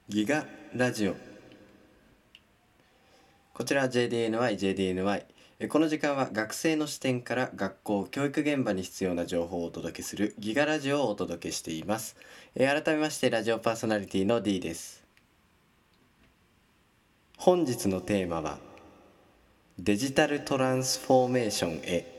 ギガラジオ。こちらは JDNY。この時間は学生の視点から学校教育現場に必要な情報をお届けするギガラジオをお届けしています。改めましてラジオパーソナリティの D です。本日のテーマはデジタルトランスフォーメーションへ。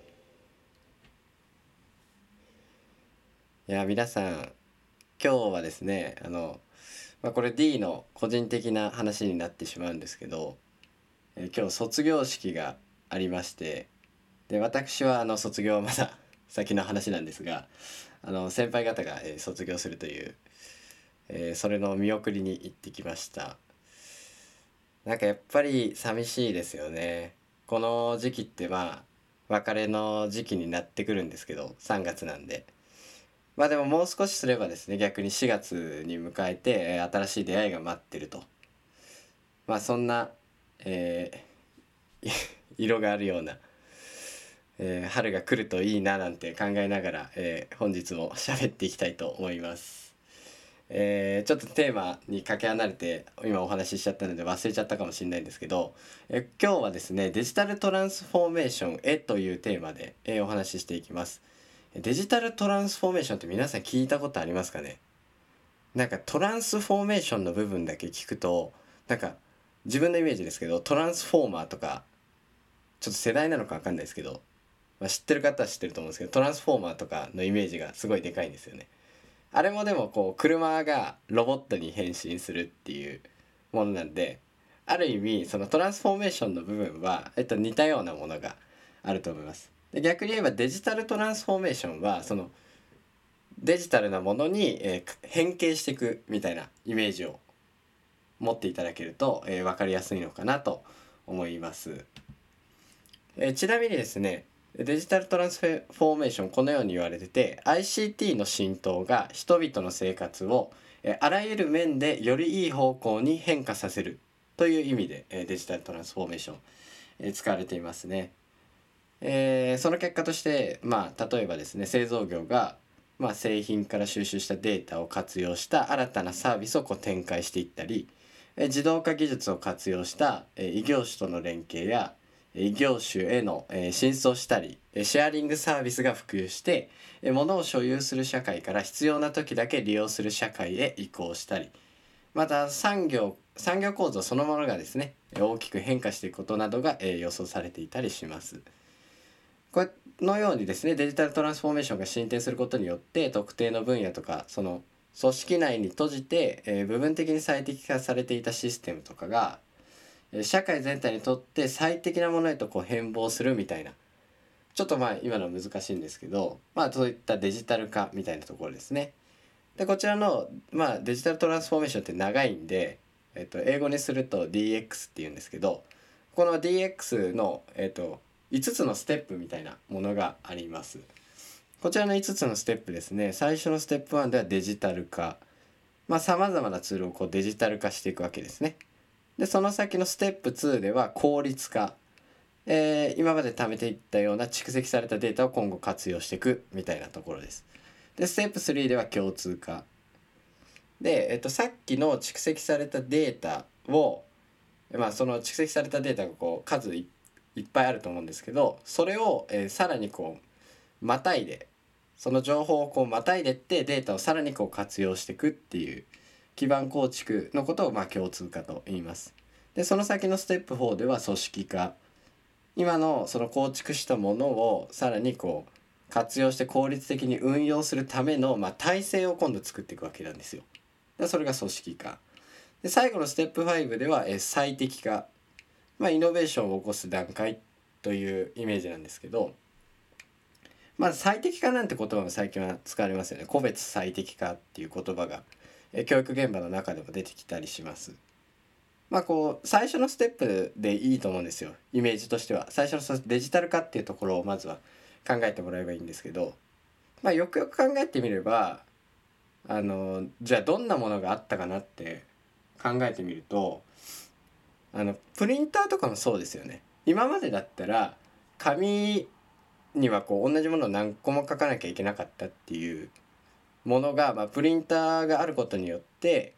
皆さん、今日はですねこれ D の個人的な話になってしまうんですけど、今日卒業式がありまして、で私は卒業はまだ先の話なんですが、先輩方が、卒業するという、それの見送りに行ってきました。なんかやっぱり寂しいですよね。この時期って別れの時期になってくるんですけど、3月なんで。でももう少しすればですね、逆に4月に迎えて、新しい出会いが待ってると。そんな、え色があるような、春が来るといいななんて考えながら、本日も喋っていきたいと思います。ちょっとテーマにかけ離れて今お話ししちゃったので忘れちゃったかもしれないんですけど、今日はですねデジタルトランスフォーメーションへというテーマで、お話ししていきます。デジタルトランスフォーメーションって皆さん聞いたことありますかね。なんかトランスフォーメーションの部分だけ聞くと、なんか自分のイメージですけど、トランスフォーマーとか、ちょっと世代なのか分かんないですけど、知ってる方は知ってると思うんですけど、トランスフォーマーとかのイメージがすごいでかいんですよね。あれもでもこう車がロボットに変身するっていうものなんで、ある意味そのトランスフォーメーションの部分は、似たようなものがあると思います。で逆に言えばデジタルトランスフォーメーションはそのデジタルなものに、変形していくみたいなイメージを持っていただけると、分かりやすいのかなと思います。ちなみにですね、デジタルトランスフォーメーションこのように言われてて、 ICT の浸透が人々の生活をあらゆる面でよりいい方向に変化させるという意味でデジタルトランスフォーメーション使われていますね。その結果として例えばですね、製造業が製品から収集したデータを活用した新たなサービスを展開していったり、自動化技術を活用した異業種との連携や異業種への進出をしたり、シェアリングサービスが普及して物を所有する社会から必要な時だけ利用する社会へ移行したり、また産業構造そのものがですね大きく変化していくことなどが予想されていたりします。このようにですね、デジタルトランスフォーメーションが進展することによって特定の分野とかその組織内に閉じて、部分的に最適化されていたシステムとかが社会全体にとって最適なものへと変貌するみたいな、ちょっと今のは難しいんですけど、そういったデジタル化みたいなところですね。でこちらの、デジタルトランスフォーメーションって長いんで、英語にすると DX っていうんですけど、この DX の、5つのステップみたいなものがあります。こちらの5つのステップですね。最初のステップ1ではデジタル化。さまざまなツールをデジタル化していくわけですね。でその先のステップ2では効率化。今まで貯めていったような蓄積されたデータを今後活用していくみたいなところです。でステップ3では共通化で、さっきの蓄積されたデータを、その蓄積されたデータが数いっぱいあると思うんですけど、それを、さらにまたいで、その情報をまたいでってデータをさらに活用していくっていう基盤構築のことを共通化と言います。でその先のステップ4では組織化。今のその構築したものをさらに活用して効率的に運用するための体制を今度作っていくわけなんですよ。でそれが組織化で、最後のステップ5では最適化、イノベーションを起こす段階というイメージなんですけど、最適化なんて言葉も最近は使われますよね。個別最適化っていう言葉が教育現場の中でも出てきたりします。最初のステップでいいと思うんですよ。イメージとしては最初のデジタル化っていうところをまずは考えてもらえばいいんですけど、よくよく考えてみればじゃあどんなものがあったかなって考えてみると、プリンターとかもそうですよね。今までだったら紙には同じものを何個も書かなきゃいけなかったっていうものが、プリンターがあることによって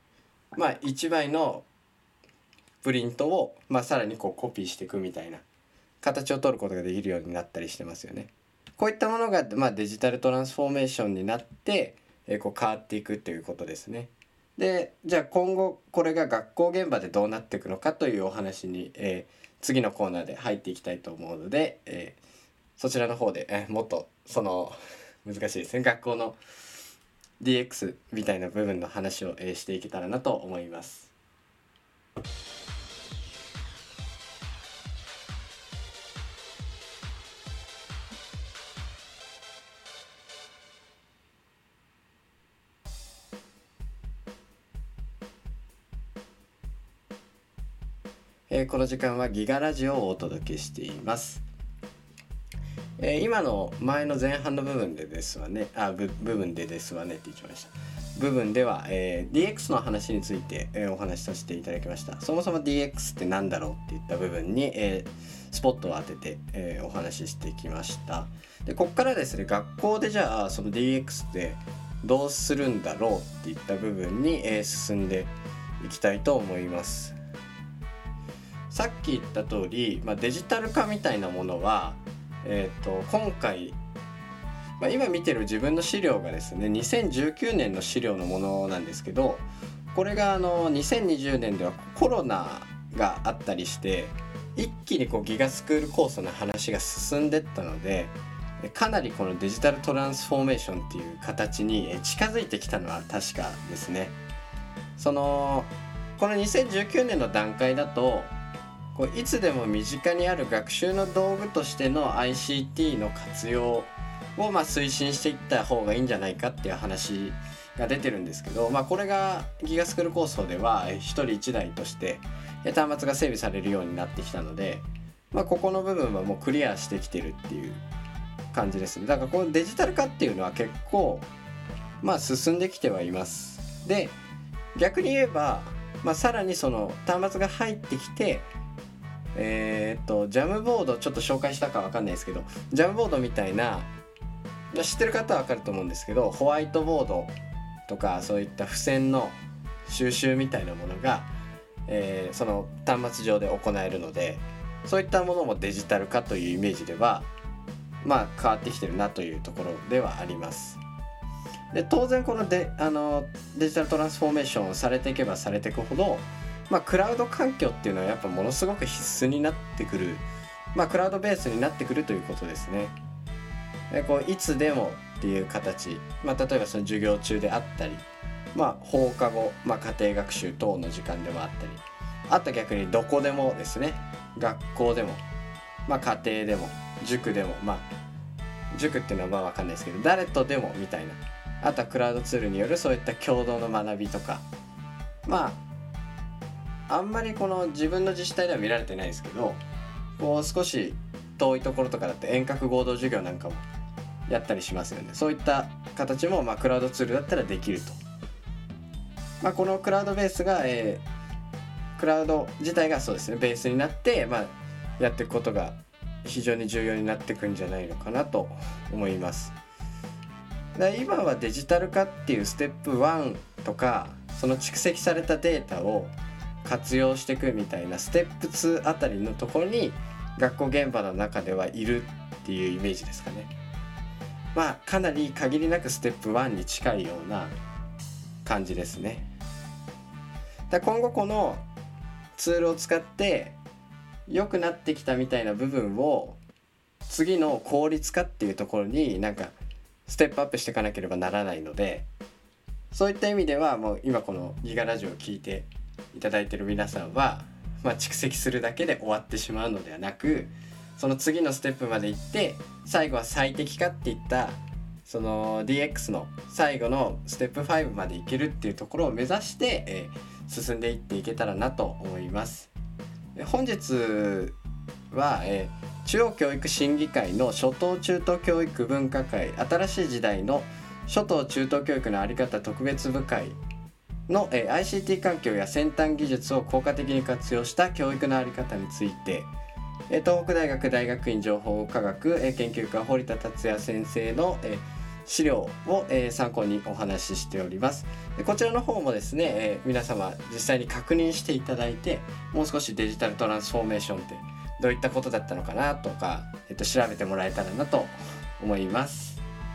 1枚のプリントを、さらにコピーしていくみたいな形を取ることができるようになったりしてますよね。こういったものが、デジタルトランスフォーメーションになって、変わっていくということですね。で、じゃあ今後これが学校現場でどうなっていくのかというお話に、次のコーナーで入っていきたいと思うので、そちらの方で、もっとその難しいですね、学校の DX みたいな部分の話を、していけたらなと思います。この時間はギガラジオをお届けしています。今の前の前半の部分でですわね、部分でですわねって言っちゃいました。部分では、DX の話について、お話しさせていただきました。そもそも DX って何だろうっていった部分に、スポットを当てて、お話ししてきました。で、ここからですね、学校でじゃあその DX ってどうするんだろうっていった部分に、進んでいきたいと思います。さっき言った通り、デジタル化みたいなものは今回、今見てる自分の資料がですね2019年の資料のものなんですけど、これが2020年ではコロナがあったりして一気にギガスクール構想の話が進んでったので、かなりこのデジタルトランスフォーメーションっていう形に近づいてきたのは確かですね。この2019年の段階だといつでも身近にある学習の道具としての ICT の活用を推進していった方がいいんじゃないかっていう話が出てるんですけど、これがギガスクール構想では1人1台として端末が整備されるようになってきたので、ここの部分はもうクリアしてきてるっていう感じですね。だからこのデジタル化っていうのは結構進んできてはいます。で、逆に言えば、さらにその端末が入ってきてジャムボードちょっと紹介したかわかんないですけど、ジャムボードみたいな知ってる方はわかると思うんですけど、ホワイトボードとかそういった付箋の収集みたいなものが、その端末上で行えるので、そういったものもデジタル化というイメージでは変わってきてるなというところではあります。で、当然このデジタルトランスフォーメーションをされていけばされていくほどクラウド環境っていうのはやっぱものすごく必須になってくる、クラウドベースになってくるということですね。いつでもっていう形、例えばその授業中であったり、放課後、家庭学習等の時間でもあったり、あと逆にどこでもですね、学校でも、家庭でも塾でも、塾っていうのは分かんないですけど誰とでもみたいな、あとはクラウドツールによるそういった共同の学びとか、あんまりこの自分の自治体では見られてないですけど、少し遠いところとかだって遠隔合同授業なんかもやったりしますよね。そういった形もクラウドツールだったらできると。このクラウドベースが、クラウド自体がそうですねベースになって、やっていくことが非常に重要になっていくんじゃないのかなと思います。今はデジタル化っていうステップ1とか、その蓄積されたデータを活用していくみたいなステップ2あたりのところに学校現場の中ではいるっていうイメージですかね。かなり限りなくステップ1に近いような感じですね。今後このツールを使って良くなってきたみたいな部分を次の効率化っていうところにステップアップしていかなければならないので、そういった意味ではもう今このギガラジオを聞いていただいている皆さんは、蓄積するだけで終わってしまうのではなく、その次のステップまで行って最後は最適化っていったその DX の最後のステップ5まで行けるっていうところを目指して、進んでいっていけたらなと思います。本日は、中央教育審議会の初等中等教育分科会新しい時代の初等中等教育の在り方特別部会の、ICT 環境や先端技術を効果的に活用した教育の在り方について、東北大学大学院情報科学、研究科堀田達也先生の、 資料を、参考にお話ししております。でこちらの方もですね、皆様実際に確認していただいて、もう少しデジタルトランスフォーメーションってどういったことだったのかなとか、調べてもらえたらなと思います。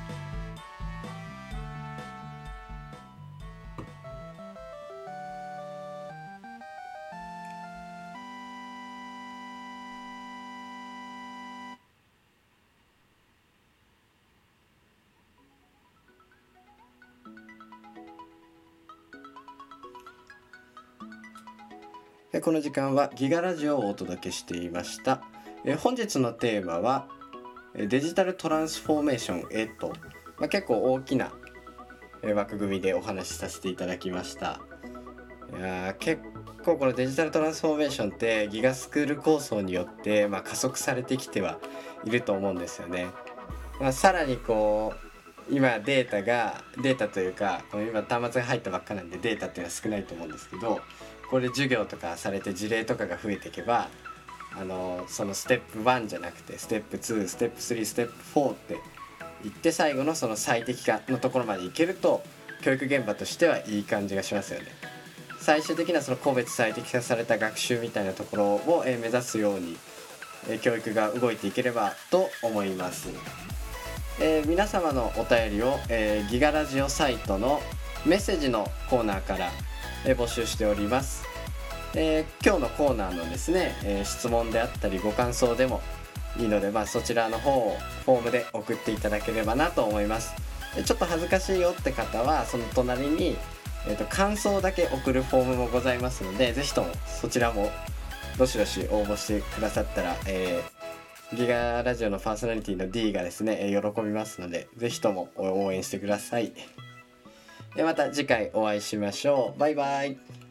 この時間はギガラジオをお届けしていました。本日のテーマはデジタルトランスフォーメーションへと、結構大きな枠組みでお話しさせていただきました。いや結構このデジタルトランスフォーメーションってギガスクール構想によって、加速されてきてはいると思うんですよね。さらに今データというかこの今端末が入ったばっかなんでデータっていうのは少ないと思うんですけど、これ授業とかされて事例とかが増えていけば、そのステップ1じゃなくてステップ2ステップ3ステップ4っていって最後のその最適化のところまでいけると、教育現場としてはいい感じがしますよね。最終的なその個別最適化された学習みたいなところを目指すように教育が動いていければと思います。皆様のお便りを、ギガラジオサイトのメッセージのコーナーから、募集しております。今日のコーナーのですね、質問であったりご感想でもいいので、そちらの方をフォームで送っていただければなと思います。ちょっと恥ずかしいよって方はその隣に、感想だけ送るフォームもございますので、ぜひともそちらもどしどし応募してくださったら、ギガラジオのパーソナリティの D がですね、喜びますので、ぜひとも応援してください。また次回お会いしましょう。バイバイ。